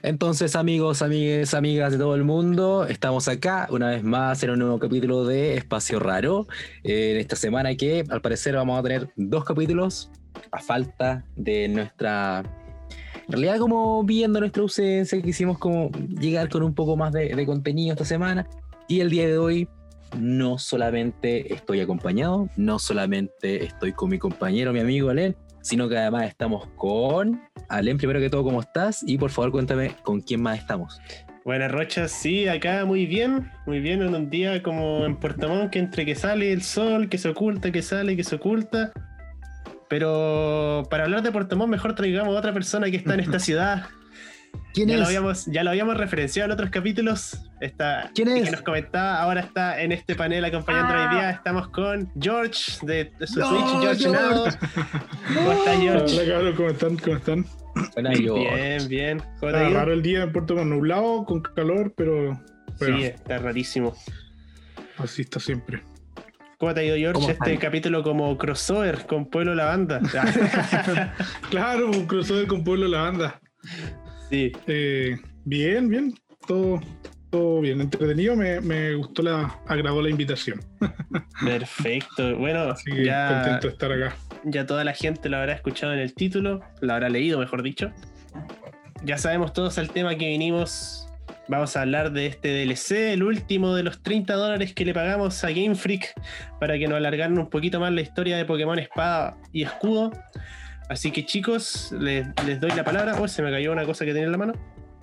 Entonces, amigos, amigues, amigas de todo el mundo, estamos acá una vez más en un nuevo capítulo de Espacio Raro. En esta semana que al parecer vamos a tener 2 capítulos a falta de nuestra... En realidad, como viendo nuestra ausencia, quisimos como llegar con un poco más de contenido esta semana. Y el día de hoy no solamente estoy acompañado, no solamente estoy con mi compañero, mi amigo Alen, sino que además estamos con Alen. Primero que todo, ¿cómo estás? Y por favor cuéntame con quién más estamos. Buenas Rocha, sí, acá muy bien en un día como en Puerto Montt, que entre que sale el sol, que se oculta, que sale, que se oculta. Pero para hablar de Puerto Montt mejor traigamos a otra persona que está en esta ciudad. ¿Quién es? Ya lo habíamos referenciado en otros capítulos. ¿Quién es? Que nos comentaba, ahora está en este panel acompañando hoy día. Estamos con George de su Twitch, George Now. ¿Cómo está George? Hola cabrón, ¿cómo están? Hola, yo. Bien. ¿Cómo te Está ha ido? raro el día en Puerto Montt, nublado, con calor, pero bueno, Sí, está rarísimo. así está siempre. ¿Cómo te ha ido, George? ¿Cómo Este están? capítulo como crossover con Pueblo Lavanda. Claro, un crossover con Pueblo La Banda. Sí. Bien, todo bien, entretenido, me gustó, agradó la invitación. Perfecto. Bueno, Así que contento de estar acá. ya toda la gente lo habrá escuchado en el título, lo habrá leído, mejor dicho. Ya sabemos todos al tema que vinimos. Vamos a hablar de este DLC, el último de los $30 que le pagamos a Game Freak para que nos alargaran un poquito más la historia de Pokémon Espada y Escudo. Así que chicos, les doy la palabra. Oh, se me cayó una cosa que tenía en la mano.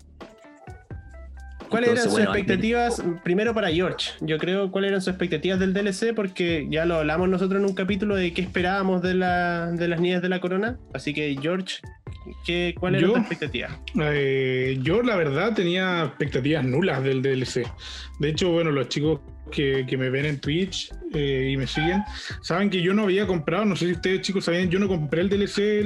¿Cuáles eran sus expectativas? Primero para George, yo creo, ¿cuáles eran sus expectativas del DLC? Porque ya lo hablamos nosotros en un capítulo de qué esperábamos de las Nieves de la Corona. Así que George, ¿cuál era tu expectativa? Yo la verdad tenía expectativas nulas del DLC. De hecho, bueno, los chicos que me ven en Twitch y me siguen, saben que yo no había comprado, no sé si ustedes chicos sabían, yo no compré el DLC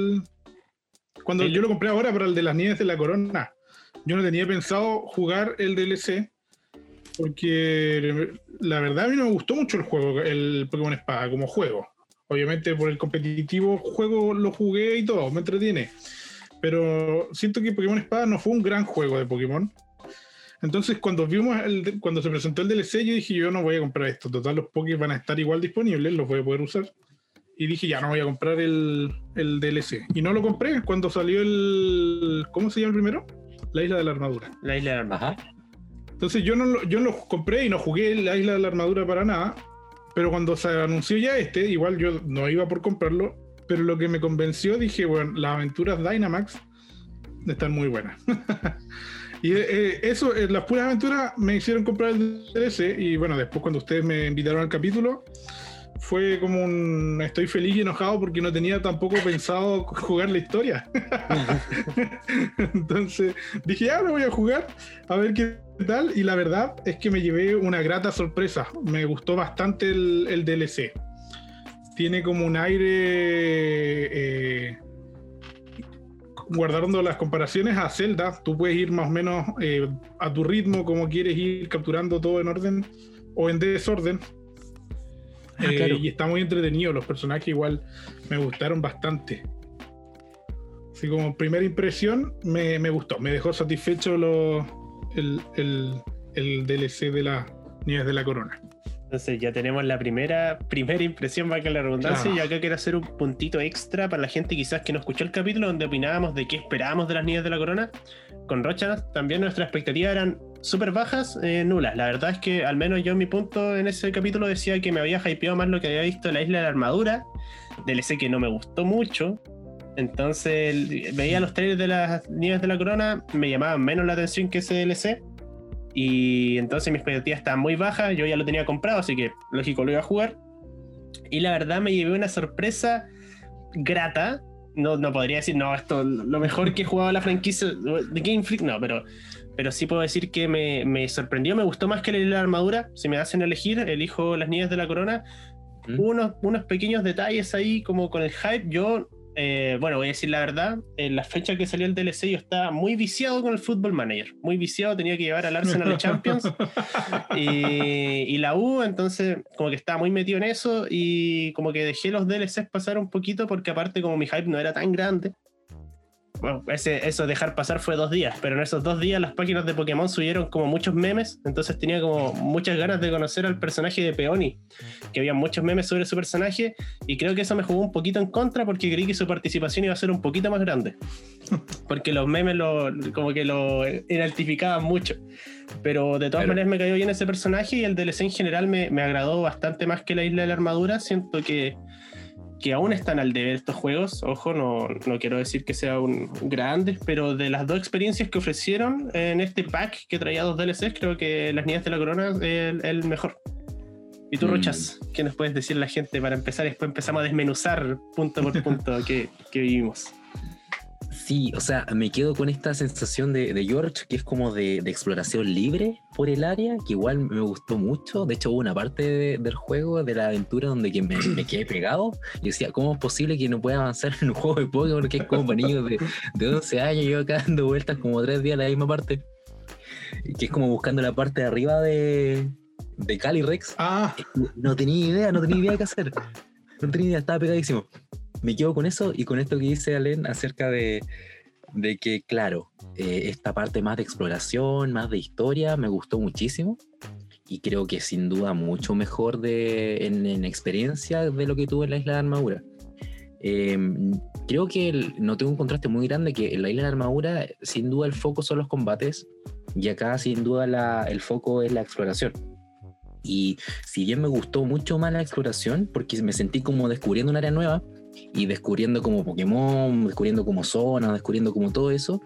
yo lo compré ahora para el de las Nieves de la Corona. Yo no tenía pensado jugar el DLC porque la verdad a mí no me gustó mucho el juego, el Pokémon Espada como juego. Obviamente por el competitivo juego lo jugué y todo, me entretiene. Pero siento que Pokémon Espada no fue un gran juego de Pokémon. Entonces cuando se presentó el DLC yo dije, yo no voy a comprar esto. Total, los Pokés van a estar igual disponibles, los voy a poder usar. Y dije, ya no voy a comprar el DLC. Y no lo compré cuando salió ¿cómo se llama el primero? La Isla de la Armadura. La Isla de Armas. Ajá. Entonces yo no lo compré y no jugué la Isla de la Armadura para nada. Pero cuando se anunció ya igual yo no iba por comprarlo. Pero lo que me convenció, dije, bueno, las aventuras Dynamax están muy buenas. Y las puras aventuras me hicieron comprar el DLC. Y bueno, después cuando ustedes me invitaron al capítulo, fue como estoy feliz y enojado porque no tenía tampoco pensado jugar la historia. Entonces dije, ya lo voy a jugar, a ver qué tal. Y la verdad es que me llevé una grata sorpresa. Me gustó bastante el DLC. Tiene como un aire... guardando las comparaciones a Zelda, tú puedes ir más o menos a tu ritmo, como quieres ir capturando todo en orden o en desorden. Claro. Y está muy entretenido, los personajes igual me gustaron bastante. Así como primera impresión me gustó, me dejó satisfecho el DLC de las Nieves de la Corona. Entonces ya tenemos la primera impresión, va a la redundancia. Claro. Y acá quiero hacer un puntito extra para la gente quizás que no escuchó el capítulo donde opinábamos de qué esperábamos de las Nieves de la Corona. Con Rocha también nuestras expectativas eran súper bajas, nulas. La verdad es que al menos yo en mi punto en ese capítulo decía que me había hypeado más lo que había visto en la Isla de la Armadura, DLC que no me gustó mucho. Entonces veía los trailers de las Nieves de la Corona, me llamaban menos la atención que ese DLC. Y entonces mi expectativa estaba muy baja, yo ya lo tenía comprado, así que lógico lo iba a jugar. Y la verdad me llevé una sorpresa grata. No podría decir, no, esto lo mejor que he jugado a la franquicia de Game Freak, no, pero sí puedo decir que me sorprendió, me gustó más que la armadura. Si me hacen elegir, elijo las Nieves de la Corona. Unos pequeños detalles ahí como con el hype. Yo, bueno, voy a decir la verdad, en la fecha que salió el DLC yo estaba muy viciado con el Football Manager, muy viciado, tenía que llevar al Arsenal a Champions y la U, entonces como que estaba muy metido en eso y como que dejé los DLCs pasar un poquito porque aparte como mi hype no era tan grande, bueno, eso dejar pasar fue 2 días, pero en esos 2 días las páginas de Pokémon subieron como muchos memes, entonces tenía como muchas ganas de conocer al personaje de Peony, que había muchos memes sobre su personaje, y creo que eso me jugó un poquito en contra porque creí que su participación iba a ser un poquito más grande, porque los memes como que lo enaltificaban mucho, pero de todas maneras me cayó bien ese personaje, y el DLC en general me agradó bastante más que la Isla de la Armadura. Siento que aún están al debe estos juegos. Ojo, no quiero decir que sean grandes, pero de las 2 experiencias que ofrecieron en este pack que traía 2 DLCs, creo que Las Niñas de la Corona es el mejor. ¿Y tú, Rochas, qué nos puedes decir a la gente para empezar? Después empezamos a desmenuzar punto por punto que vivimos. Sí, o sea, me quedo con esta sensación de George, que es como de exploración libre por el área, que igual me gustó mucho. De hecho, hubo una parte del juego, de la aventura, donde que me quedé pegado y decía, ¿cómo es posible que no pueda avanzar en un juego de Pokémon que es como para niños de 11 años? Yo acá dando vueltas como 3 días a la misma parte, que es como buscando la parte de arriba de Calyrex. No tenía idea qué hacer. No tenía idea, estaba pegadísimo. Me quedo con eso y con esto que dice Alen acerca de que, claro, esta parte más de exploración, más de historia, me gustó muchísimo, y creo que sin duda mucho mejor en experiencia de lo que tuve en la Isla de Armadura. Creo que noté un contraste muy grande, que en la Isla de Armadura sin duda el foco son los combates, y acá sin duda el foco es la exploración. Y si bien me gustó mucho más la exploración, porque me sentí como descubriendo un área nueva, y descubriendo como Pokémon, descubriendo como zonas, descubriendo como todo eso,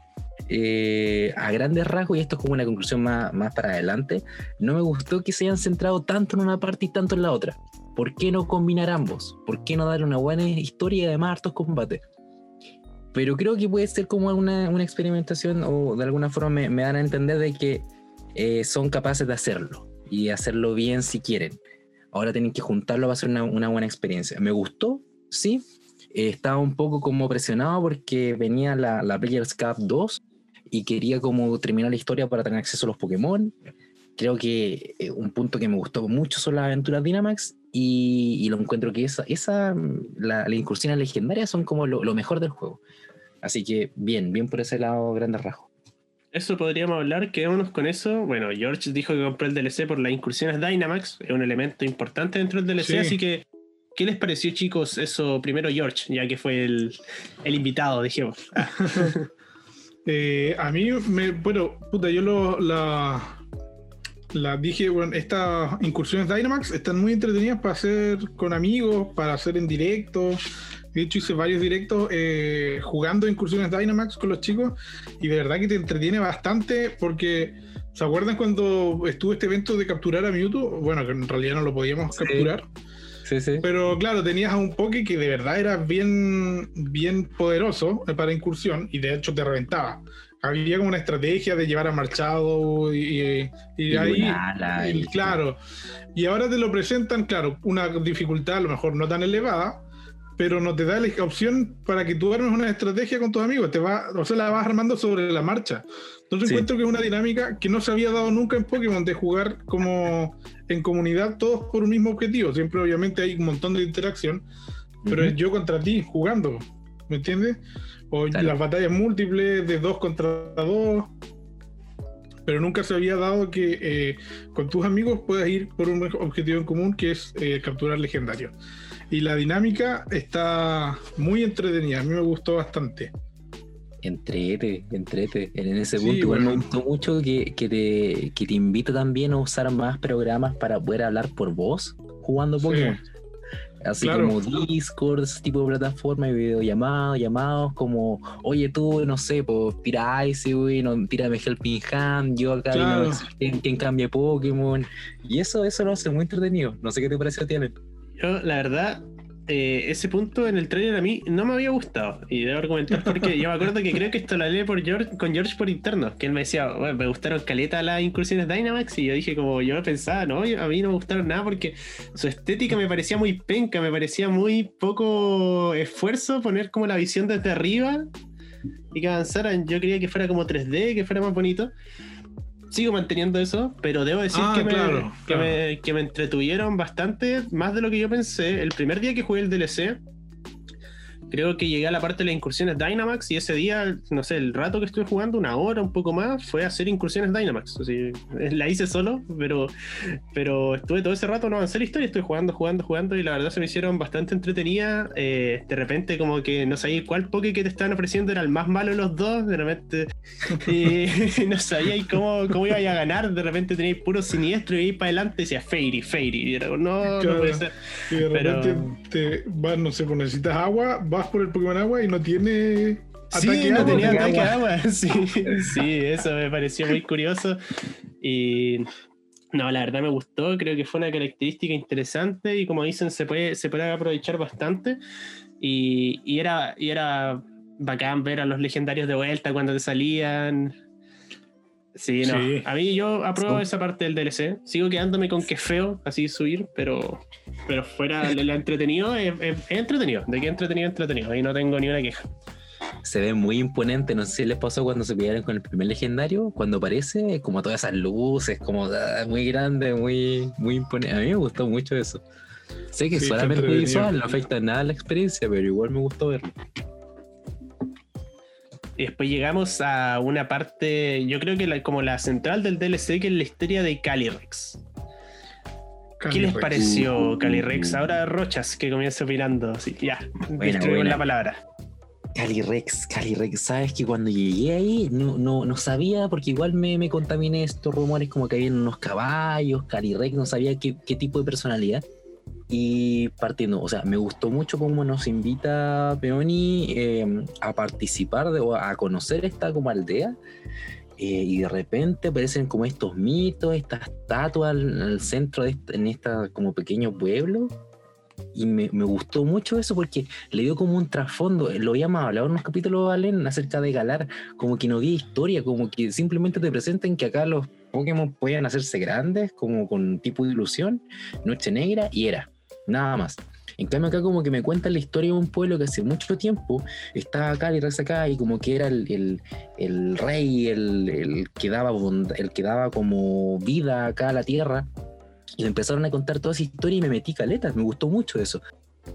a grandes rasgos, y esto es como una conclusión más para adelante, no me gustó que se hayan centrado tanto en una parte y tanto en la otra. ¿Por qué no combinar ambos? ¿Por qué no darle una buena historia y además hartos combates? Pero creo que puede ser como una experimentación, o de alguna forma me dan a entender de que son capaces de hacerlo, y hacerlo bien si quieren. Ahora tienen que juntarlo para hacer una buena experiencia. Me gustó. Sí, estaba un poco como presionado porque venía la Players Cup 2 y quería como terminar la historia para tener acceso a los Pokémon. Creo que un punto que me gustó mucho son las aventuras Dynamax, y lo encuentro que la incursiones legendarias son como lo mejor del juego. Así que bien por ese lado, grandes rasgos. Eso podríamos hablar, quedémonos con eso. Bueno, George dijo que compró el DLC por las incursiones Dynamax, es un elemento importante dentro del DLC, sí. Así que ¿qué les pareció, chicos, eso? Primero George, ya que fue el invitado, dijimos. A mí, yo la dije, bueno, estas incursiones Dynamax están muy entretenidas para hacer con amigos, para hacer en directo. De hecho, hice varios directos jugando incursiones Dynamax con los chicos, y de verdad que te entretiene bastante, porque ¿se acuerdan cuando estuvo este evento de capturar a Mewtwo? Bueno, que en realidad no lo podíamos capturar. Sí. Pero claro, tenías a un Poké que de verdad era bien poderoso para incursión, y de hecho te reventaba. Había como una estrategia de llevar a Marchado y ahí, claro. Y ahora te lo presentan, claro, una dificultad a lo mejor no tan elevada, pero no te da la opción para que tú armes una estrategia con tus amigos. La vas armando sobre la marcha. Entonces encuentro que es una dinámica que no se había dado nunca en Pokémon, de jugar como en comunidad, todos por un mismo objetivo. Siempre obviamente hay un montón de interacción, pero yo contra ti jugando, ¿me entiendes? O las batallas múltiples de 2 contra 2, pero nunca se había dado que con tus amigos puedas ir por un objetivo en común, que es capturar legendarios. Y la dinámica está muy entretenida, a mí me gustó bastante. Entrete. En ese punto igual me gustó mucho que te invita también a usar más programas para poder hablar por voz jugando Pokémon. Así como Discord, ese tipo de plataforma, y videollamados, como, oye tú, no sé, pues tira Ice, güey, no, tírame Helping Hand, yo acá quien cambie Pokémon. Y eso lo hace muy entretenido. No sé qué te pareció a ti, Ale. Yo, la verdad, ese punto en el trailer a mí no me había gustado, y debo argumentar porque yo me acuerdo que creo que esto lo hablé con George por interno, que él me decía, bueno, me gustaron caleta las incursiones Dynamax, y yo dije, como yo pensaba, no, a mí no me gustaron nada porque su estética me parecía muy penca, me parecía muy poco esfuerzo poner como la visión desde arriba y que avanzaran. Yo quería que fuera como 3D, que fuera más bonito. Sigo manteniendo eso, pero debo decir que me entretuvieron bastante, más de lo que yo pensé. El primer día que jugué el DLC, creo que llegué a la parte de las incursiones Dynamax y ese día, no sé, el rato que estuve jugando, una hora, un poco más, fue a hacer incursiones Dynamax. O sea, la hice solo, pero estuve todo ese rato, no avancé la historia, estuve jugando y la verdad se me hicieron bastante entretenidas. De repente como que no sabía cuál poke que te estaban ofreciendo era el más malo de los dos, de repente y no sabía cómo iba a ganar, de repente teníais puro siniestro y iba para adelante y decía Fairy, y era, no puede ser. Y de repente te vas, no sé, pues necesitas agua, vas por el Pokémon agua y no tiene ataque no agua. tenía ataque agua. Sí, eso me pareció muy curioso. Y no, la verdad me gustó, creo que fue una característica interesante y como dicen, se puede aprovechar bastante. Y era bacán ver a los legendarios de vuelta cuando te salían. Sí, no. Sí. A mí yo apruebo esa parte del DLC. Sigo quedándome con que es feo así subir, pero fuera lo entretenido, es entretenido. De que entretenido. Y no tengo ni una queja. Se ve muy imponente, no sé si les pasó cuando se pillaron con el primer legendario, cuando aparece, como todas esas luces, como muy grande, muy imponente. A mí me gustó mucho eso. Sé que Sí, solamente está visual, no afecta en nada la experiencia, pero igual me gustó verlo. Y después llegamos a una parte, yo creo que como la central del DLC, que es la historia de Calyrex. ¿Qué les pareció Calyrex? Ahora Rochas, que comienza opinando. Sí, ya, distribuimos la palabra. Calyrex, sabes que cuando llegué ahí no sabía, porque igual me contaminé estos rumores como que habían unos caballos, Calyrex, no sabía qué tipo de personalidad. Y partiendo, o sea, me gustó mucho cómo nos invita Peony a participar o a conocer esta como aldea. Y de repente aparecen como estos mitos, estas estatuas al centro en esta como pequeño pueblo. Y me gustó mucho eso porque le dio como un trasfondo. Lo habíamos hablado en unos capítulos, Valen, acerca de Galar, como que no había historia, como que simplemente te presenten que acá los Pokémon pueden hacerse grandes, como con tipo de ilusión, noche negra, y era, nada más. En cambio acá como que me cuentan la historia de un pueblo que hace mucho tiempo estaba Calyrex acá y como que era el rey, el que daba como vida acá a la tierra. Y me empezaron a contar toda esa historia y me metí caletas, me gustó mucho eso.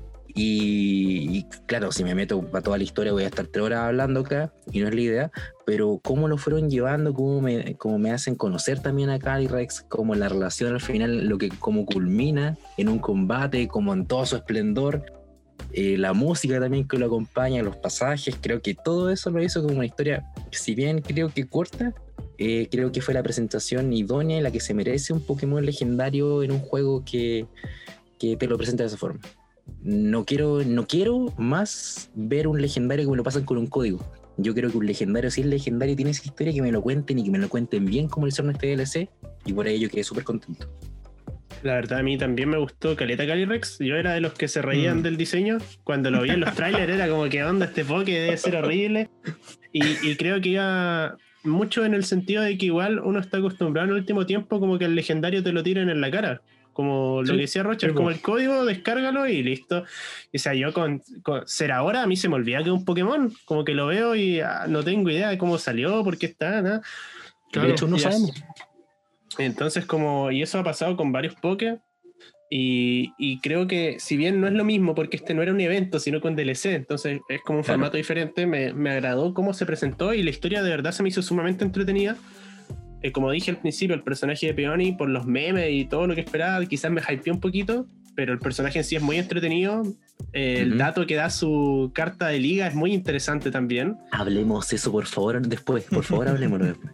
Y claro, si me meto para toda la historia voy a estar 3 horas hablando acá y no es la idea, pero cómo lo fueron llevando, cómo me hacen conocer también a Calyrex, como la relación al final, cómo culmina en un combate, como en todo su esplendor, la música también que lo acompaña, los pasajes, creo que todo eso lo hizo como una historia, si bien creo que corta, creo que fue la presentación idónea y la que se merece un Pokémon legendario en un juego que te lo presenta de esa forma. No quiero más ver un legendario que me lo pasan con un código. Yo creo que un legendario, si es legendario, tiene esa historia, que me lo cuenten y que me lo cuenten bien como lo hicieron este DLC, y por ello quedé súper contento. La verdad, a mí también me gustó caleta Calyrex. Yo era de los que se reían del diseño. Cuando lo vi en los trailers era como que onda este Poké debe ser horrible. Y creo que iba mucho en el sentido de que igual uno está acostumbrado en el último tiempo como que el legendario te lo tiren en la cara. Como lo que decía Rocha, como el código, descárgalo y listo. O sea, yo con ser ahora, a mí se me olvida que es un Pokémon. Como que lo veo y no tengo idea de cómo salió, por qué está, nada. Claro, de hecho, no sabemos. Entonces, y eso ha pasado con varios Poké. Y creo que, si bien no es lo mismo, porque este no era un evento, sino con DLC, entonces es como un formato diferente, me agradó cómo se presentó y la historia de verdad se me hizo sumamente entretenida. Como dije al principio, el personaje de Peony, por los memes y todo lo que esperaba, quizás me hypeó un poquito, pero el personaje en sí es muy entretenido. El dato que da su carta de liga es muy interesante también. Hablemos eso, por favor, después. Por favor, hablemoslo después.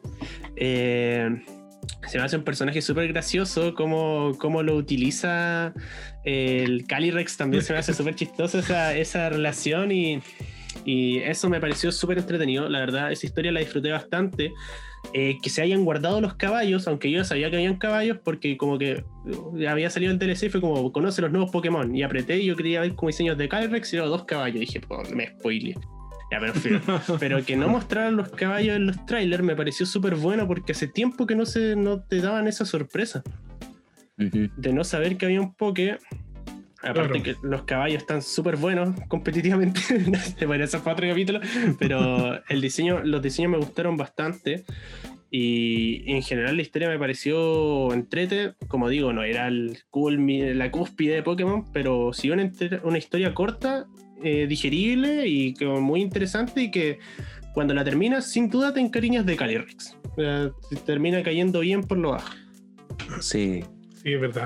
Se me hace un personaje súper gracioso, cómo lo utiliza el Calyrex, también se me hace súper chistoso esa relación y eso me pareció súper entretenido. La verdad, esa historia la disfruté bastante. Que se hayan guardado los caballos, aunque yo sabía que habían caballos, porque como que había salido el DLC y fue como, conoce los nuevos Pokémon, y apreté y yo quería ver como diseños de Calyrex y eran 2 caballos, y dije, me spoileé. Ya, pero que no mostraran los caballos en los trailers me pareció súper bueno, porque hace tiempo que no te daban esa sorpresa de no saber que había un Poké. Aparte que los caballos están súper buenos competitivamente, bueno, eso fue otro capítulo, pero los diseños me gustaron bastante y en general la historia me pareció entrete. Como digo, no era la cúspide de Pokémon, pero sí una historia corta digerible y como muy interesante, y que cuando la terminas, sin duda te encariñas de Calyrex. Termina cayendo bien por lo bajo. Sí. Sí, es verdad.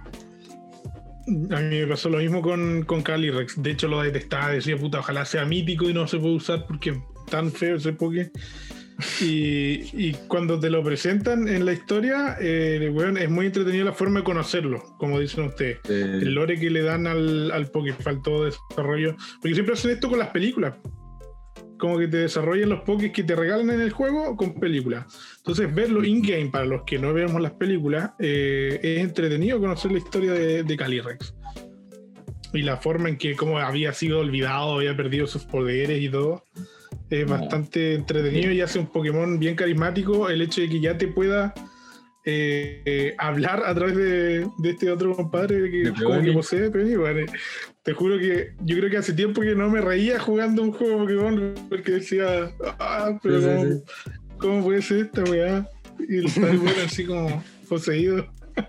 A mí me pasó lo mismo con Calyrex. De hecho, lo detestaba. Decía, puta, ojalá sea mítico y no se puede usar porque es tan feo ese Poké. Y cuando te lo presentan en la historia, bueno, es muy entretenido la forma de conocerlo, como dicen ustedes. El lore que le dan al Poké, faltó desarrollo. Porque siempre hacen esto con las películas. Como que te desarrollan los Pokés que te regalan en el juego con películas. Entonces, verlo in-game para los que no vemos las películas, es entretenido conocer la historia de Calyrex. Y la forma en que como había sido olvidado, había perdido sus poderes y todo. Es bastante entretenido y hace un Pokémon bien carismático. El hecho de que ya te pueda hablar a través de este otro compadre que como que posee Penny, bueno, te juro que yo creo que hace tiempo que no me reía jugando un juego Pokémon porque decía, pero ¿cómo puede ser esta weá? Y el tal bueno así como poseído.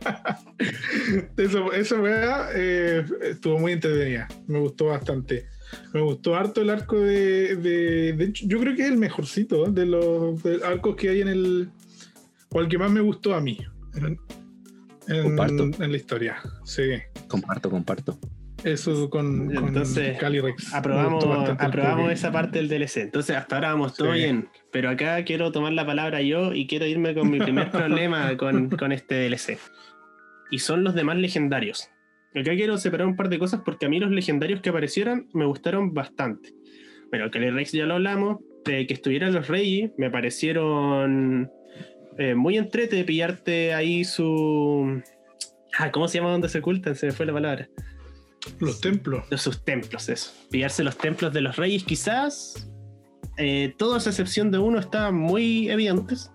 Esa weá estuvo muy entretenida, me gustó bastante. Me gustó harto el arco de hecho, yo creo que es el mejorcito de los arcos que hay en el, o el que más me gustó a mí en la historia. Sí. Comparto. Eso con Calyrex. Aprobamos esa parte del DLC. Entonces hasta ahora vamos todo bien. Pero acá quiero tomar la palabra yo y quiero irme con mi primer problema con este DLC. Y son los demás legendarios. Acá quiero separar un par de cosas porque a mí los legendarios que aparecieron me gustaron bastante. Bueno, Calyrex ya lo hablamos. Que estuvieran los Regis me parecieron muy entrete de pillarte ahí su... ¿cómo se llama donde se ocultan? Se me fue la palabra. Los templos. Sus templos, eso. Pillarse los templos de los reyes, quizás. Todos a excepción de uno estaban muy evidentes.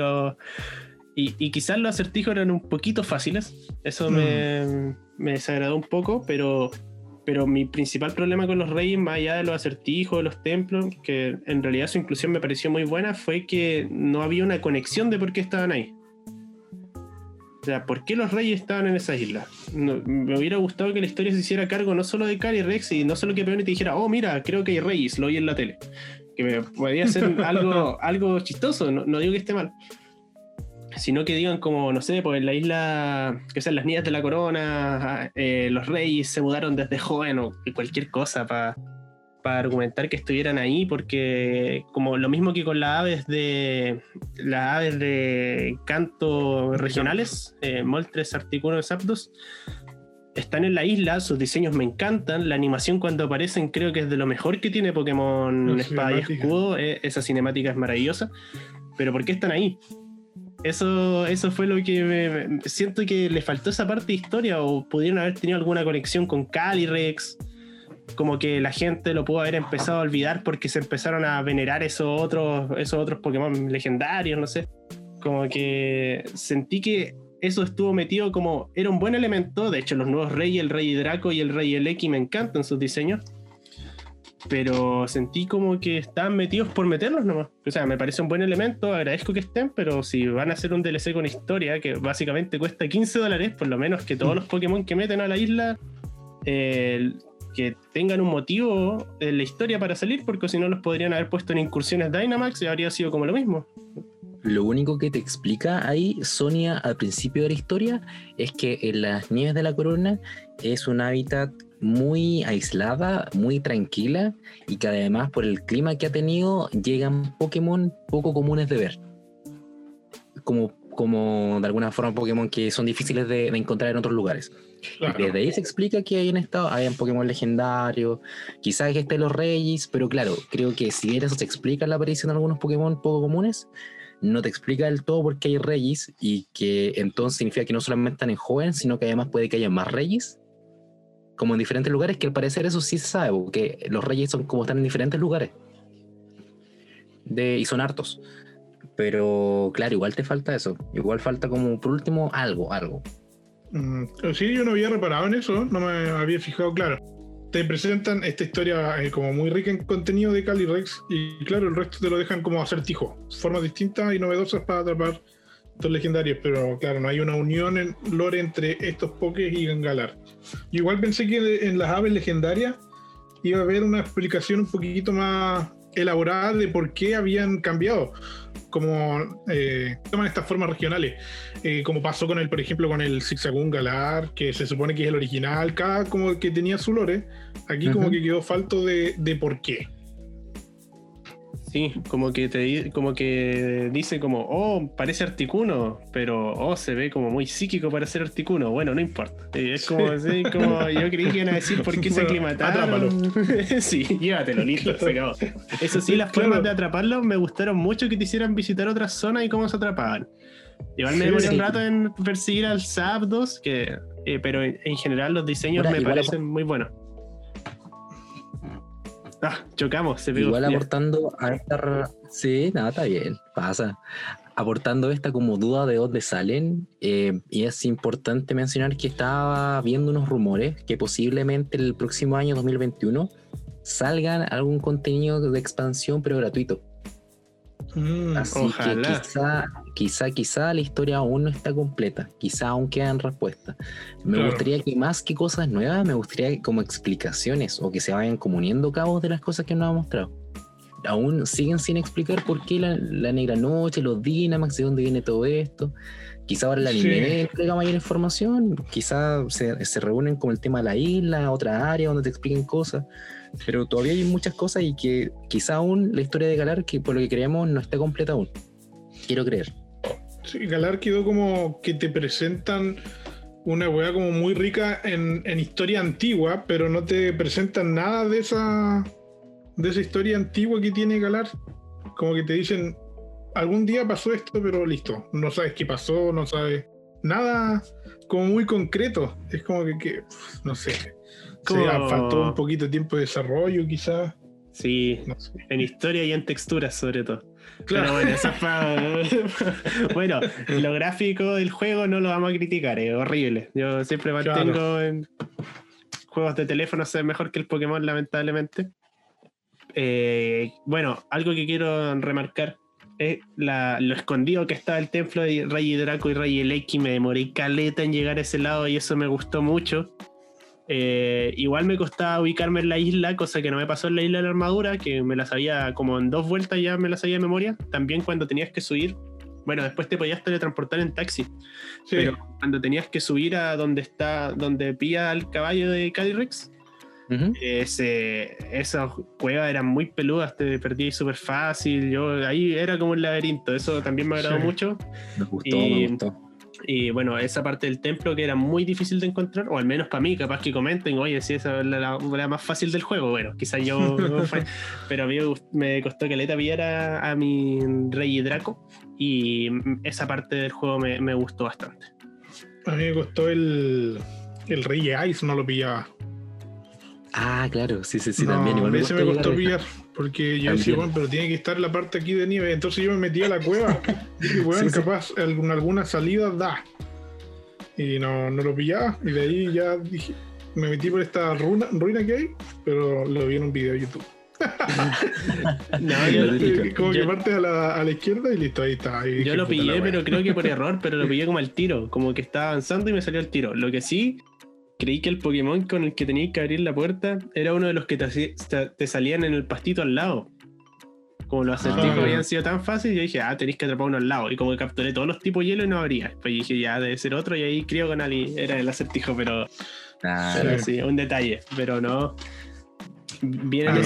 Y quizás los acertijos eran un poquito fáciles. Eso me desagradó un poco, pero mi principal problema con los reyes, más allá de los acertijos, de los templos, que en realidad su inclusión me pareció muy buena, fue que no había una conexión de por qué estaban ahí. O sea, ¿por qué los reyes estaban en esa isla? Me hubiera gustado que la historia se hiciera cargo no solo de Calyrex y no solo que Peony te dijera, oh, mira, creo que hay reyes, lo oí en la tele. Que podría ser algo chistoso, no digo que esté mal. Sino que digan como, no sé, pues en la isla, que sean las niñas de la corona, los reyes se mudaron desde joven o cualquier cosa para argumentar que estuvieran ahí, porque como lo mismo que con las aves de canto regionales, Moltres, Articuno, Zapdos, están en la isla, sus diseños me encantan, la animación cuando aparecen creo que es de lo mejor que tiene Pokémon Espada y Escudo, esa cinemática es maravillosa, pero ¿por qué están ahí? Eso fue lo que siento que le faltó esa parte de historia, o pudieron haber tenido alguna conexión con Calyrex, como que la gente lo pudo haber empezado a olvidar porque se empezaron a venerar esos otros Pokémon legendarios, no sé. Como que sentí que eso estuvo metido como... Era un buen elemento, de hecho los nuevos reyes, el Rey Draco y el Rey Eleki me encantan sus diseños, pero sentí como que estaban metidos por meterlos nomás. O sea, me parece un buen elemento, agradezco que estén, pero si van a hacer un DLC con historia que básicamente cuesta $15, por lo menos que todos los Pokémon que meten a la isla que tengan un motivo en la historia para salir, porque si no los podrían haber puesto en incursiones Dynamax y habría sido como lo mismo. Lo único que te explica ahí Sonia al principio de la historia es que en las nieves de la corona es un hábitat muy aislada, muy tranquila, y que además por el clima que ha tenido llegan Pokémon poco comunes de ver, como de alguna forma Pokémon que son difíciles de encontrar en otros lugares. Claro. Y desde ahí se explica que hayan Pokémon legendarios, quizás que estén los Regis, pero claro, creo que si bien eso te explica la aparición de algunos Pokémon poco comunes, no te explica del todo por qué hay Regis, y que entonces significa que no solamente están en joven, sino que además puede que haya más Regis como en diferentes lugares, que al parecer eso sí se sabe, porque los reyes son como están en diferentes lugares y son hartos, pero claro, igual te falta eso, igual falta como por último algo. Sí, yo no había reparado en eso, no me había fijado. Claro, te presentan esta historia como muy rica en contenido de Calyrex, y claro, el resto te lo dejan como acertijo, formas distintas y novedosas para atrapar estos legendarios, pero claro, no hay una unión en lore entre estos Pokés y Galar. Yo igual pensé que en las aves legendarias iba a haber una explicación un poquito más elaborada de por qué habían cambiado, como toman estas formas regionales, como pasó con por ejemplo, con el Zigzagoon Galar, que se supone que es el original, cada como que tenía su lore, aquí como que quedó falto de por qué. Sí, como que dice como, oh, parece Articuno, pero oh, se ve como muy psíquico para ser Articuno. Bueno, no importa. Es como, sí, como yo creí que iban a decir por qué se aclimataron. Sí, llévatelo, listo, se acabó. Eso sí, las formas de atraparlos me gustaron mucho, que te hicieran visitar otras zonas y cómo se atrapaban. Igual me demoré un rato en perseguir al Zapdos, pero en general los diseños me parecen muy buenos. Chocamos, se pegó. Igual aportando a esta... Sí, nada, está bien, pasa. Aportando esta como duda de dónde salen, y es importante mencionar que estaba viendo unos rumores que posiblemente el próximo año 2021 salgan algún contenido de expansión pero gratuito. Así ojalá. Que quizá la historia aún no está completa, quizá aún quedan respuestas. Me gustaría que más que cosas nuevas, me gustaría como explicaciones o que se vayan como uniendo cabos de las cosas que nos ha mostrado. Aún siguen sin explicar por qué la Negra Noche, los Dynamax, de dónde viene todo esto. Quizá ahora el anime entrega mayor información, quizá se reúnen con el tema de la isla, otra área donde te expliquen cosas, pero todavía hay muchas cosas y que quizá aún la historia de Galar, que por lo que creemos no está completa aún. Quiero creer. Sí, Galar quedó como que te presentan una weá como muy rica en historia antigua, pero no te presentan nada de esa historia antigua que tiene Galar. Como que te dicen, algún día pasó esto, pero listo. No sabes qué pasó, no sabes nada como muy concreto. Es como que no sé. Faltó un poquito de tiempo de desarrollo, quizás. Sí, no sé. En historia y en texturas, sobre todo. Claro. Pero bueno, bueno, lo gráfico del juego no lo vamos a criticar, es horrible. Yo siempre mantengo en juegos de teléfono se ve mejor que el Pokémon, lamentablemente. Bueno, algo que quiero remarcar es lo escondido que estaba el templo de Regidrago y Regieleki. Me demoré caleta en llegar a ese lado y eso me gustó mucho. Igual me costaba ubicarme en la isla, cosa que no me pasó en la isla de la armadura, que me la sabía como en 2 vueltas, ya me la sabía de memoria. También cuando tenías que subir, bueno, después te podías teletransportar en taxi, pero cuando tenías que subir a donde pilla al caballo de Calyrex, esas cuevas eran muy peludas, te perdí súper fácil. Ahí era como un laberinto, eso también me agradó mucho. Me gustó. Y bueno, esa parte del templo que era muy difícil de encontrar, o al menos para mí, capaz que comenten, oye, si esa es la más fácil del juego. Bueno, quizás yo pero a mí me costó caleta pillar a mi Regidrago, y esa parte del juego me gustó bastante. A mí me costó el Rey Ice, no lo pillaba. Ah, claro, sí, no, también. Igual ese me costó pillar, porque yo decía, bueno, pero tiene que estar la parte aquí de nieve. Entonces yo me metí a la cueva y dije, bueno, capaz alguna salida da. Y no lo pillaba, y de ahí ya dije, me metí por esta ruina que hay, pero lo vi en un video de YouTube. Como que partes a la izquierda y listo, ahí está. Ahí yo lo pillé, pero creo que por error, pero lo pillé como al tiro, como que estaba avanzando y me salió al tiro. Lo que sí, creí que el Pokémon con el que tenías que abrir la puerta era uno de los que te salían en el pastito al lado. Como los acertijos habían sido tan fáciles, yo dije, tenéis que atrapar uno al lado. Y como que capturé todos los tipos hielo y no abría. Pues dije, ya debe ser otro, y ahí creo que era el acertijo, pero sí, un detalle. Pero no. Viene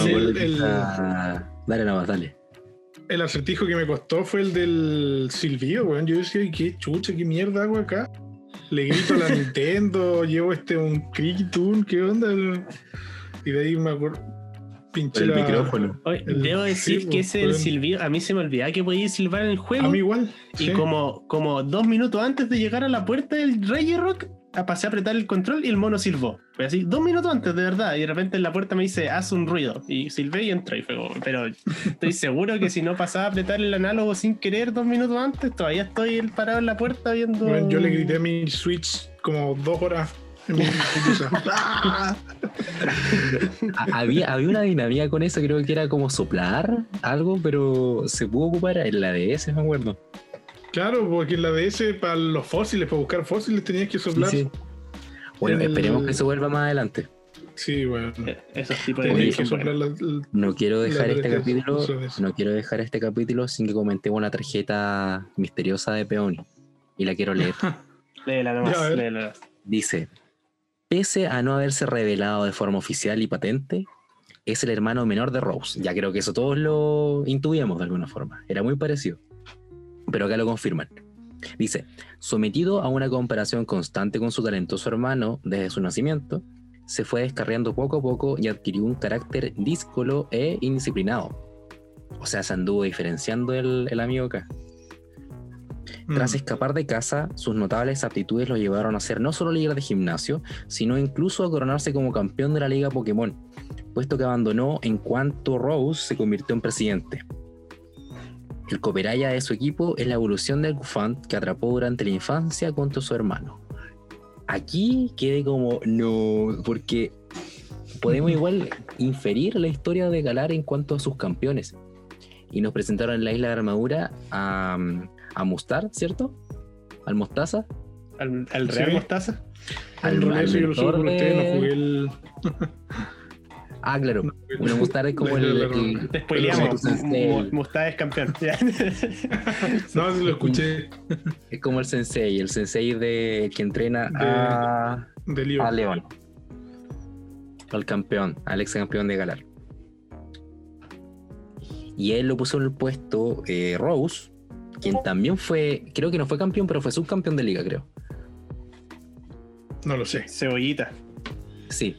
Dale. El acertijo que me costó fue el del silbido, weón. Yo decía, qué chucha, qué mierda hago acá. Le grito a la Nintendo, llevo un Cricketune, ¿qué onda? Y de ahí me acuerdo, pinché el micrófono. Debo decir que ese del silbido, a mí se me olvidaba que podía silbar en el juego. A mí igual. Y como 2 minutos antes de llegar a la puerta del Regirock, pasé a apretar el control y el mono silbó. Fue así, 2 minutos antes, de verdad. Y de repente en la puerta me dice, haz un ruido. Y silbé y entré. Y fue como, pero estoy seguro que si no pasaba a apretar el análogo sin querer 2 minutos antes, todavía estoy parado en la puerta viendo. Bueno, yo le grité a mi Switch como 2 horas. En mi había una dinámica con eso, creo que era como soplar algo, pero se pudo ocupar en la DS, me acuerdo. Claro, porque en la DS para los fósiles, para buscar fósiles tenías que soplar. Sí. Bueno, esperemos que eso vuelva más adelante. Sí, bueno. Esos tipos de Tenés videos que son soplar buenos. No quiero dejar la este derecha, capítulo, eso es. no quiero dejar este capítulo sin que comentemos la tarjeta misteriosa de Peony. Y la quiero leer. Léela Ya, a nomás, ver. léela nomás. Dice: pese a no haberse revelado de forma oficial y patente, es el hermano menor de Rose. Ya creo que eso todos lo intuíamos de alguna forma. Era muy parecido. Pero acá lo confirman. Dice: sometido a una comparación constante con su talentoso hermano desde su nacimiento, se fue descarriando poco a poco y adquirió un carácter díscolo e indisciplinado. O sea, se anduvo diferenciando el amigo acá. Tras escapar de casa, sus notables aptitudes lo llevaron a ser no solo líder de gimnasio, sino incluso a coronarse como campeón de la Liga Pokémon, puesto que abandonó en cuanto Rose se convirtió en presidente. El Copperaya de su equipo es la evolución del Gufant que atrapó durante la infancia contra su hermano. Aquí quedé como, no, porque podemos igual inferir la historia de Galar en cuanto a sus campeones. Y nos presentaron en la Isla de Armadura a Mustar, ¿cierto? Al Mostaza. ¿Al Real Sí. Mostaza? Al Yo lo supe mentor por ustedes, no jugué de... el. Ah, claro. Bueno, Mustar es como el Te spoileamos. sensei. Mustad es campeón. Ya. No, sí lo escuché Es como el sensei de que entrena de Lío. a León. Al campeón, al ex campeón de Galar. Y él lo puso en el puesto Rose, quien también fue, creo que no fue campeón, pero fue subcampeón de liga, creo. No lo sé. Cebollita. Sí.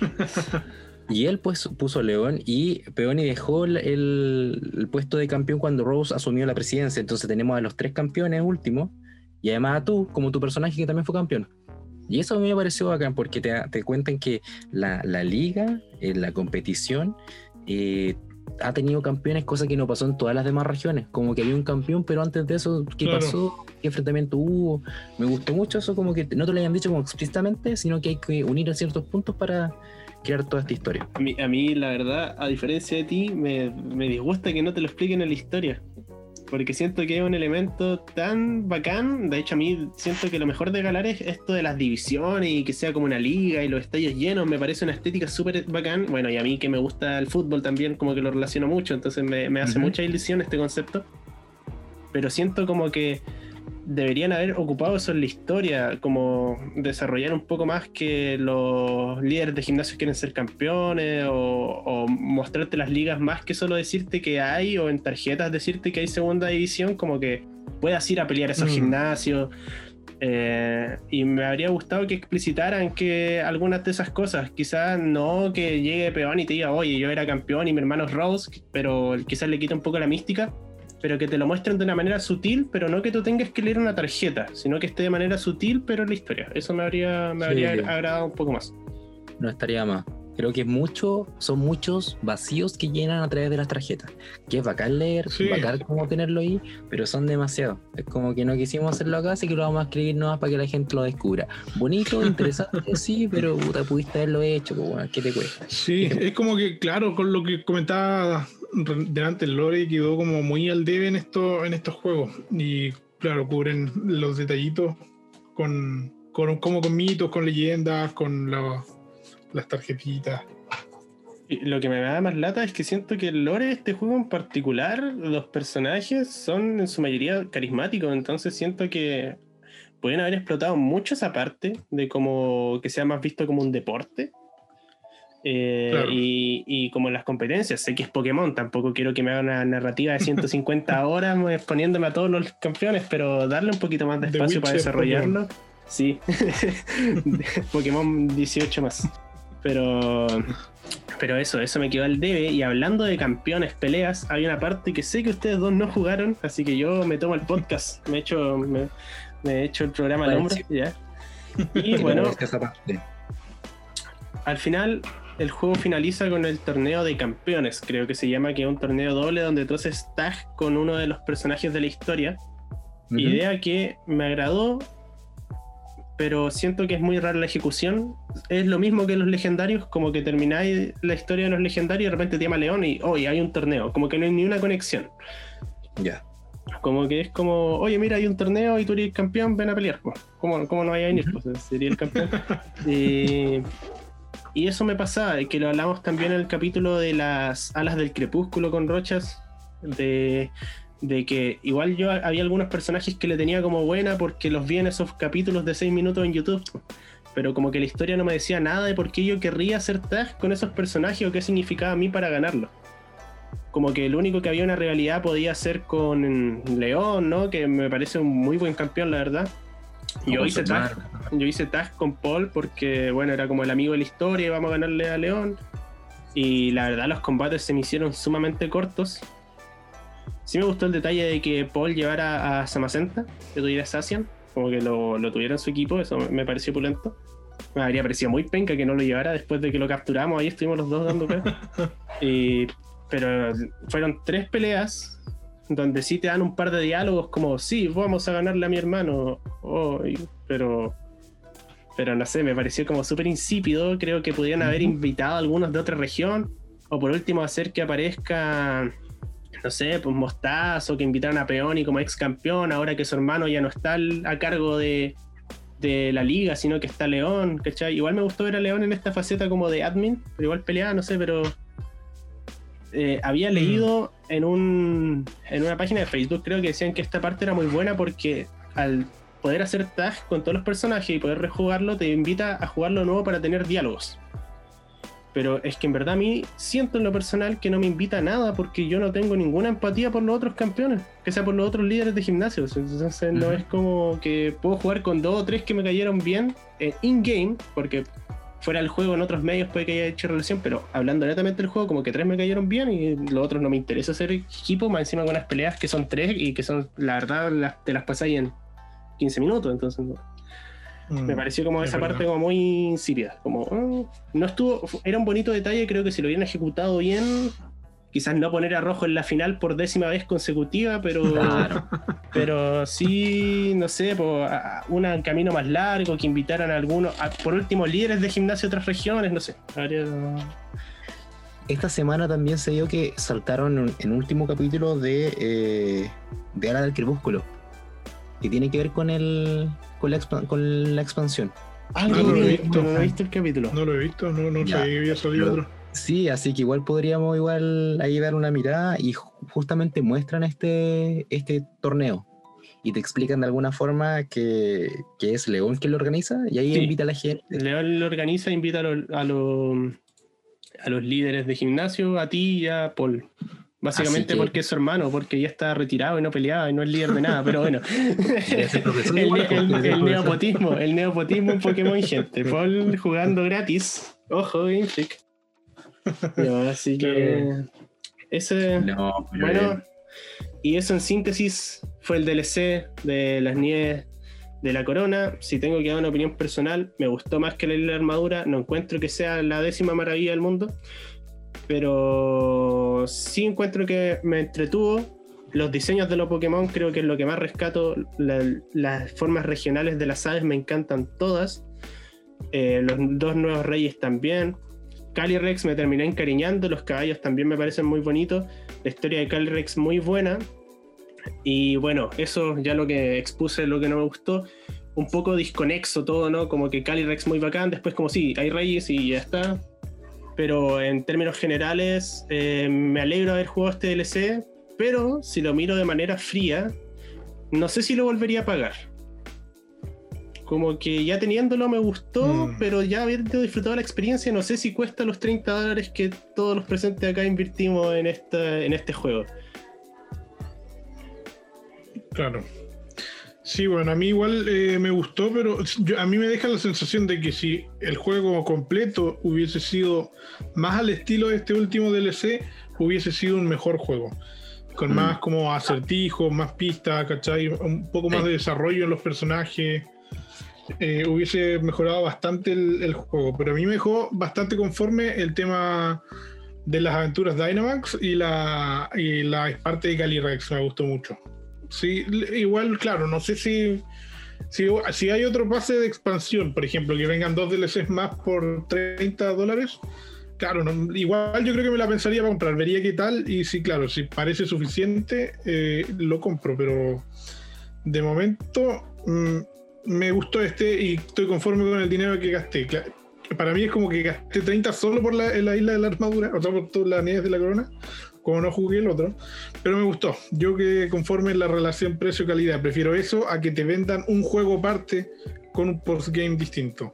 Y él pues puso León y Peony dejó el puesto de campeón cuando Rose asumió la presidencia. Entonces tenemos a los 3 campeones últimos y además a tú como tu personaje que también fue campeón. Y eso a mí me pareció bacán porque te cuentan que la liga, la competición, ha tenido campeones, cosa que no pasó en todas las demás regiones. Como que había un campeón, pero antes de eso, ¿qué Claro. pasó? ¿Qué enfrentamiento hubo? Me gustó mucho eso, como que no te lo hayan dicho como explícitamente, sino que hay que unir en ciertos puntos para crear toda esta historia. A mí, la verdad, a diferencia de ti, me disgusta que no te lo expliquen en la historia. Porque siento que es un elemento tan bacán. De hecho, a mí siento que lo mejor de Galar es esto de las divisiones y que sea como una liga y los estadios llenos. Me parece una estética súper bacán. Bueno, y a mí que me gusta el fútbol también, como que lo relaciono mucho. Entonces me hace mucha ilusión este concepto. Pero siento como que deberían haber ocupado eso en la historia, como desarrollar un poco más que los líderes de gimnasios quieren ser campeones o mostrarte las ligas más que solo decirte que hay o en tarjetas decirte que hay segunda división, como que puedas ir a pelear a esos gimnasios. Y me habría gustado que explicitaran que algunas de esas cosas, quizás no que llegue Peón y te diga, oye, yo era campeón y mi hermano es Rose, pero quizás le quita un poco la mística, pero que te lo muestren de una manera sutil, pero no que tú tengas que leer una tarjeta, sino que esté de manera sutil, pero en la historia. Eso me habría agradado un poco más. No estaría más. Creo que son muchos vacíos que llenan a través de las tarjetas. Que es bacán leer, bacán como tenerlo ahí, pero son demasiados. Es como que no quisimos hacerlo acá, así que lo vamos a escribir nomás para que la gente lo descubra. Bonito, interesante, sí, pero puta, pudiste haberlo hecho, pues, bueno, ¿qué te cuesta? Sí, es como que, claro, con lo que comentaba delante, el lore quedó como muy al debe en estos juegos. Y claro, cubren los detallitos como con mitos, con leyendas, con las tarjetitas. Y lo que me da más lata es que siento que el lore de este juego en particular, los personajes son en su mayoría carismáticos, entonces siento que pueden haber explotado mucho esa parte de como que sea más visto como un deporte. Claro. Y como en las competencias, sé que es Pokémon, tampoco quiero que me haga una narrativa de 150 horas exponiéndome a todos los campeones, pero darle un poquito más de espacio para desarrollarlo. Pokémon. Sí, Pokémon 18 más. Pero eso me quedó al debe. Y hablando de campeones, peleas, hay una parte que sé que ustedes dos no jugaron, así que yo me tomo el podcast, me he hecho el programa al hombro, ¿ya? Y bueno, al final el juego finaliza con el torneo de campeones, creo que se llama, que es un torneo doble donde tú haces tag con uno de los personajes de la historia. Idea que me agradó, pero siento que es muy rara la ejecución. Es lo mismo que los legendarios, como que termináis la historia de los legendarios y de repente te llama León y hoy hay un torneo, como que no hay ni una conexión. Ya. Como que es como, oye, mira, hay un torneo y tú eres campeón, ven a pelear. ¿Cómo no vaya a venir? Pues sería el campeón. Y eso me pasaba, que lo hablamos también en el capítulo de las alas del crepúsculo con Rochas, de que igual yo había algunos personajes que le tenía como buena porque los vi en esos capítulos de 6 minutos en YouTube, pero como que la historia no me decía nada de por qué yo querría hacer tag con esos personajes o qué significaba a mí para ganarlo. Como que lo único que había una rivalidad podía ser con León, ¿no? Que me parece un muy buen campeón, la verdad. Yo hice tag con Paul porque, bueno, era como el amigo de la historia y vamos a ganarle a León. Y la verdad los combates se me hicieron sumamente cortos. Sí me gustó el detalle de que Paul llevara a Samacenta, que tuviera Sacian, como que lo tuviera en su equipo, eso me pareció pulento. Me habría parecido muy penca que no lo llevara después de que lo capturamos, ahí estuvimos los dos dando pero fueron 3 peleas donde sí te dan un par de diálogos como, sí, vamos a ganarle a mi hermano, pero no sé, me pareció como súper insípido. Creo que podrían haber invitado a algunos de otra región, o por último hacer que aparezca, no sé, pues Mostazo, que invitaron a Peoni como ex campeón, ahora que su hermano ya no está a cargo de la liga, sino que está León, ¿cachai? Igual me gustó ver a León en esta faceta como de admin, pero igual peleaba, no sé, pero había leído en una página de Facebook, creo que decían que esta parte era muy buena porque al poder hacer tag con todos los personajes y poder rejugarlo, te invita a jugarlo de nuevo para tener diálogos. Pero es que en verdad a mí siento en lo personal que no me invita a nada porque yo no tengo ninguna empatía por los otros campeones, que sea por los otros líderes de gimnasio. Entonces no es como que puedo jugar con 2 o 3 que me cayeron bien in-game, porque fuera del juego en otros medios puede que haya hecho relación, pero hablando netamente del juego, como que 3 me cayeron bien y los otros no me interesa hacer equipo, más encima con unas peleas que son 3 y que son, la verdad, te las pasáis en 15 minutos, entonces me pareció como esa parte como muy insípida, como no estuvo, era un bonito detalle, creo que si lo hubieran ejecutado bien, quizás no poner a Rojo en la final por 10ª vez consecutiva, pero claro. Pero sí, no sé, un camino más largo, que invitaran a algunos, por último, líderes de gimnasio de otras regiones, no sé. Esta semana también se dio que saltaron en último capítulo de Ala del Crepúsculo, que tiene que ver con la expansión. No lo he visto. No he visto el capítulo. No lo he visto, no sabía que había salido otro. Sí, así que igual podríamos ahí dar una mirada y justamente muestran este torneo y te explican de alguna forma que es León quien lo organiza y ahí invita a la gente. León lo organiza, invita a los líderes de gimnasio, a ti y a Paul. Básicamente porque es su hermano, porque ya está retirado y no peleaba y no es líder de nada, pero bueno. El neopotismo en Pokémon, gente. Paul jugando gratis. Ojo, Game Freak. No, así que bueno, y eso en síntesis fue el DLC de las nieves de la corona. Si tengo que dar una opinión personal, me gustó más que la armadura. No encuentro que sea la 10ª maravilla del mundo, pero sí encuentro que me entretuvo. Los diseños de los Pokémon creo que es lo que más rescato. Las formas regionales de las aves me encantan todas. Los 2 nuevos reyes también. Calyrex me terminé encariñando, los caballos también me parecen muy bonitos, la historia de Calyrex muy buena, y bueno, eso ya lo que expuse, lo que no me gustó, un poco desconexo todo, ¿no? Como que Calyrex muy bacán, después como sí, hay reyes y ya está, pero en términos generales me alegro de haber jugado este DLC, pero si lo miro de manera fría, no sé si lo volvería a pagar. Como que ya teniéndolo me gustó, pero ya habiendo disfrutado la experiencia, no sé si cuesta los $30 que todos los presentes acá invertimos en este juego. Claro. Sí, bueno, a mí igual me gustó, pero a mí me deja la sensación de que si el juego completo hubiese sido más al estilo de este último DLC, hubiese sido un mejor juego. Con más como acertijos, más pistas, ¿cachai? Un poco más de desarrollo en los personajes. Hubiese mejorado bastante el juego, pero a mí me dejó bastante conforme el tema de las aventuras Dynamax y la parte de Calyrex me gustó mucho. Sí, igual, claro, no sé si hay otro pase de expansión, por ejemplo, que vengan 2 DLCs más por $30, claro, igual yo creo que me la pensaría para comprar, vería qué tal, y sí, claro, si parece suficiente, lo compro, pero de momento me gustó y estoy conforme con el dinero que gasté. para mí es como que gasté 30 solo por en la isla de la armadura, o sea, por todas las nieves de la corona, como no jugué el otro, pero me gustó. Yo que conforme la relación precio-calidad, prefiero eso a que te vendan un juego aparte con un postgame distinto.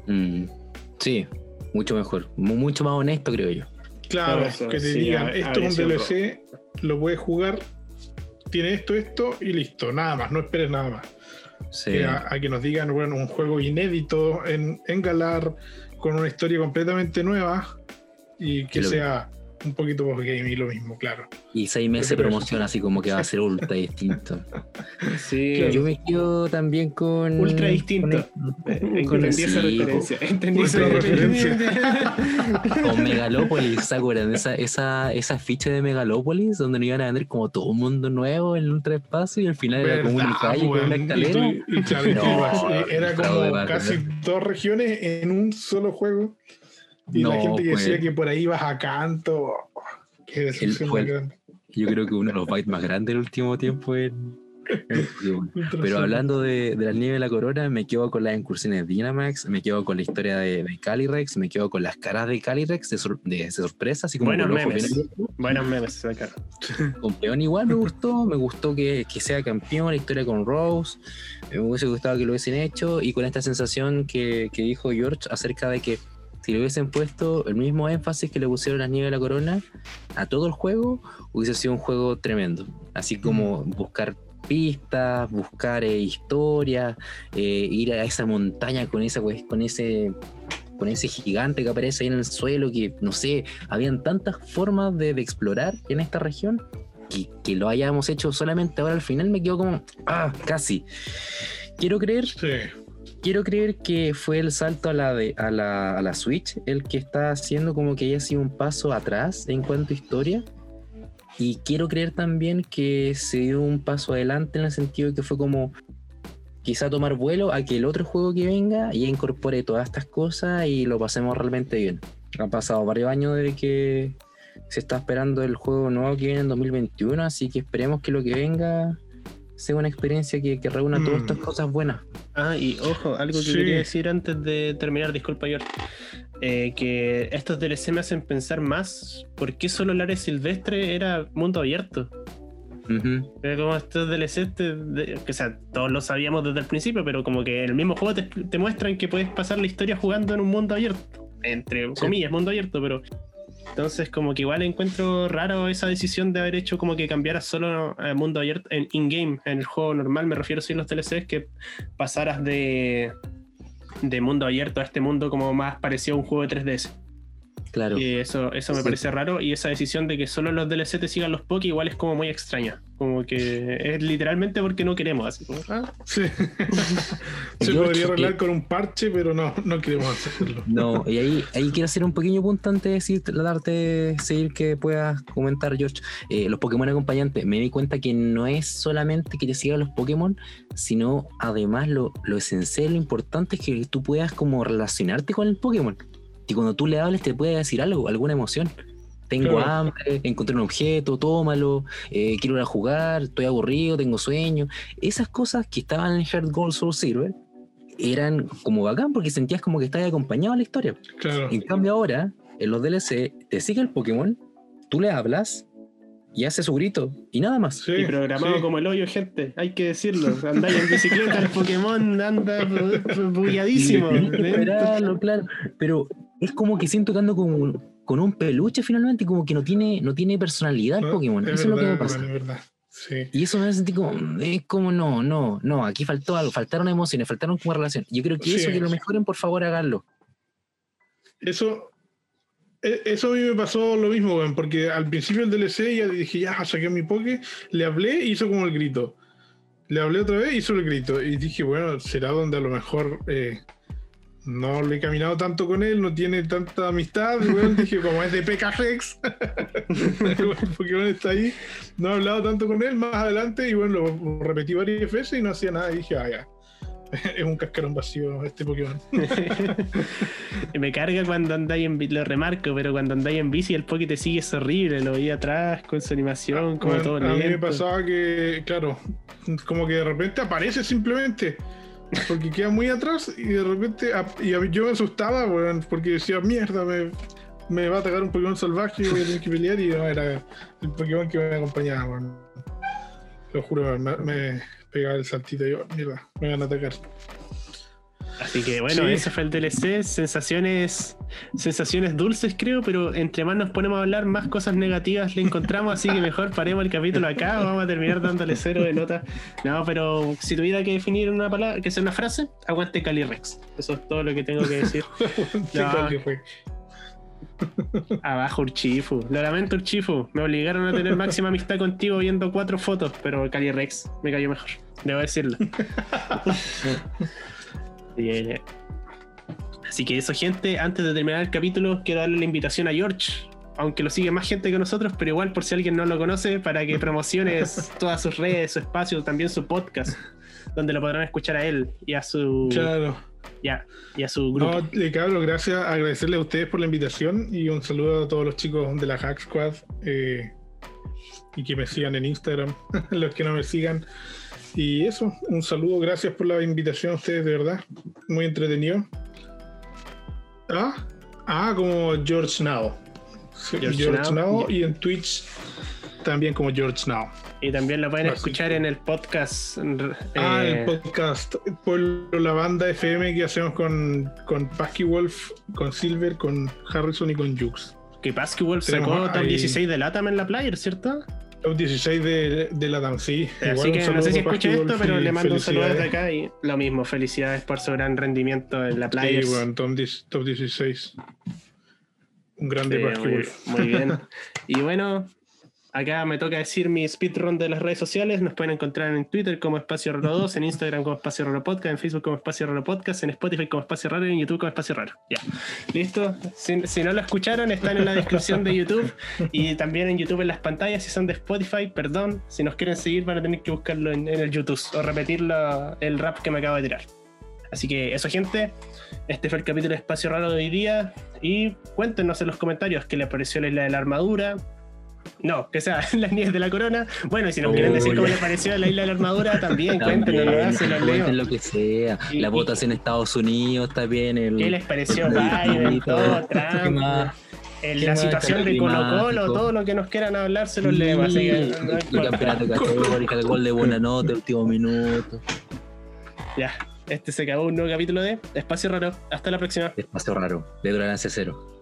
Sí, mucho mejor, mucho más honesto, creo yo. Claro, eso, que te sí, digan, esto es un agresivo. DLC, lo puedes jugar, tiene esto y listo, nada más, no esperes nada más. Sí. A que nos digan, bueno, un juego inédito en Galar, con una historia completamente nueva y que lo sea un poquito postgame y lo mismo, claro. Y 6 meses de promoción, así como que va a ser ultra distinto. Sí, Claro. Yo me quedo también con... ultra distinto. Entendí esa sí, referencia. Entendí esa Ultra referencia. con Megalopolis, ¿se acuerdan? Esa ficha de Megalopolis donde nos iban a vender como todo un mundo nuevo en el ultraespacio y al final era como una calle con una escalera. Y claro, y No, era fraude como más casi grande. 2 regiones en un solo juego. Y la No, gente que decía pues, que por ahí vas a Canto. Qué decepción fue más el- grande. yo creo que uno de los bytes más grandes del último tiempo en Pokémon. Pero hablando de la nieve de la corona, me quedo con las incursiones de Dynamax, me quedo con la historia de Calyrex, me quedo con las caras de Calyrex de sorpresa, así como Buenos con los ojos memes. bien Buenos memes, sacar. Campeón igual me gustó que sea campeón, la historia con Rose, me hubiese gustado que lo hubiesen hecho y con esta sensación que dijo George acerca de que si le hubiesen puesto el mismo énfasis que le pusieron las nieves de la corona a todo el juego, hubiese sido un juego tremendo, así como buscar pistas, buscar historias, ir a esa montaña con ese gigante que aparece ahí en el suelo, que no sé, habían tantas formas de explorar en esta región que lo hayamos hecho solamente ahora al final me quedo como, casi. Quiero creer que fue el salto a la Switch el que está haciendo como que haya sido un paso atrás en cuanto a historia. Y quiero creer también que se dio un paso adelante en el sentido de que fue como quizá tomar vuelo a que el otro juego que venga ya incorpore todas estas cosas y lo pasemos realmente bien. Han pasado varios años desde que se está esperando el juego nuevo que viene en 2021, así que esperemos que lo que venga sea una experiencia que reúna todas estas cosas buenas. Y ojo, algo que Sí. quería decir antes de terminar, disculpa George, que estos DLC me hacen pensar más por qué solo el área silvestre era mundo abierto. Uh-huh. Como estos DLCs, o sea, todos lo sabíamos desde el principio, pero como que en el mismo juego te muestran que puedes pasar la historia jugando en un mundo abierto, entre comillas, mundo abierto, pero entonces como que igual encuentro raro esa decisión de haber hecho como que cambiara solo a mundo abierto en in-game, en el juego normal, me refiero sin los DLCs, que pasaras de mundo abierto a este mundo como más parecido a un juego de 3DS. Claro. Y eso me parece raro, y esa decisión de que solo los DLC te sigan los Poké igual es como muy extraña, como que es literalmente porque no queremos, así como, Sí. Se George, podría arreglar con un parche, pero no queremos hacerlo. No, y ahí quiero hacer un pequeño punto antes de seguir que puedas comentar, George. Los Pokémon acompañantes, me di cuenta que no es solamente que te sigan los Pokémon, sino además lo esencial, lo importante es que tú puedas como relacionarte con el Pokémon. Y cuando tú le hables te puede decir algo, alguna emoción. Tengo hambre, encontré un objeto, tómalo, quiero ir a jugar, estoy aburrido, tengo sueño. Esas cosas que estaban en Heart Gold Soul Silver eran como bacán porque sentías como que estabas acompañado en la historia. Claro. En cambio ahora, en los DLC, te sigue el Pokémon, tú le hablas y hace su grito y nada más. Sí, y programado sí. como el hoyo, gente, hay que decirlo. Andáis en bicicleta, el Pokémon anda bulladísimo. Claro, claro. Pero es como que siento que ando con un peluche finalmente y como que no tiene personalidad el Pokémon. Eso es lo que me pasa. Es verdad. Sí. Y eso me hace sentir como no, aquí faltó algo, faltaron emociones, faltaron como relación. Yo creo que Sí. eso que lo mejoren, por favor, háganlo. Eso a mí me pasó lo mismo, weón, porque al principio del DLC ya dije, ya saqué mi Poké, le hablé y hizo como el grito. Le hablé otra vez y hizo el grito. Y dije, bueno, será donde a lo mejor no le he caminado tanto con él, no tiene tanta amistad. Weón, dije, como es de PKX, el Pokémon está ahí, no he hablado tanto con él más adelante. Y bueno, lo repetí varias veces y no hacía nada. Y dije, ya. Es un cascarón vacío este Pokémon. Y me carga cuando andáis en bici, lo remarco, pero cuando andáis en bici el Poké te sigue, es horrible, lo vi atrás con su animación, como Bueno, todo a mí me lento. pasaba que, claro, como que de repente aparece simplemente. porque queda muy atrás y de repente yo me asustaba, weón, porque decía, mierda, me va a atacar un Pokémon salvaje y voy a tener que pelear, y no, era el Pokémon que me acompañaba, weón. Lo juro, me pegaba el saltito y yo, mierda, me van a atacar. Así que bueno, Sí. Ese fue el DLC, sensaciones dulces creo, pero entre más nos ponemos a hablar, más cosas negativas le encontramos, así que mejor paremos el capítulo acá, vamos a terminar dándole 0 de nota. No, pero si tuviera que definir una palabra, que sea una frase, aguante Calyrex. Eso es todo lo que tengo que decir. No. ¿Qué fue? Abajo Urchifu, lo lamento Urchifu, me obligaron a tener máxima amistad contigo viendo 4 fotos, pero Calyrex me cayó mejor, debo decirlo. Bien. Así que eso, gente, antes de terminar el capítulo quiero darle la invitación a George, aunque lo sigue más gente que nosotros, pero igual por si alguien no lo conoce, para que promociones todas sus redes, su espacio, también su podcast, donde lo podrán escuchar a él y a su Claro. y a su grupo. No, cabros, gracias, agradecerles a ustedes por la invitación y un saludo a todos los chicos de la Hack Squad, y que me sigan en Instagram, los que no me sigan. Y eso, un saludo, gracias por la invitación a ustedes, de verdad, muy entretenido. Como George Now. Sí, George Now, y en Twitch también como George Now. Y también lo pueden escuchar en el podcast. El podcast por la banda FM que hacemos con Pasky Wolf, con Silver, con Harrison y con Jux. Que Pasky Wolf sacó top 16 de LATAM en la Player, ¿cierto? Top 16 de la DAM, sí. Así que no sé si escucha esto, pero le mando un saludo desde acá y lo mismo, felicidades por su gran rendimiento en la Player. Sí, bueno, top 16. Un grande Pasky Wolf. Muy bien. Y bueno, acá me toca decir mi speedrun de las redes sociales. Nos pueden encontrar en Twitter como Espacio Raro 2, en Instagram como Espacio Raro Podcast, en Facebook como Espacio Raro Podcast, en Spotify como Espacio Raro y en YouTube como Espacio Raro. Ya. ¿Listo? Si no lo escucharon, están en la descripción de YouTube y también en YouTube en las pantallas. Si son de Spotify, perdón, si nos quieren seguir van a tener que buscarlo en el YouTube o repetir el rap que me acabo de tirar. Así que eso, gente. Este fue el capítulo de Espacio Raro de hoy día. Y cuéntenos en los comentarios qué les pareció la isla de la armadura. No, que sea las nieves de la corona. Bueno, y si nos quieren decir cómo les pareció la isla de la armadura, también cuéntenos, se los leo. Cuenten lo que sea. La votación en Estados Unidos también. ¿Qué les pareció Biden, todo, Trump? La situación de Colo-Colo, todo lo que nos quieran hablar, se los leemos. Así que, el campeonato católico, el gol de Buenanote, el último minuto. Ya, se acabó un nuevo capítulo de Espacio Raro. Hasta la próxima. Espacio Raro, de Tolerancia Cero.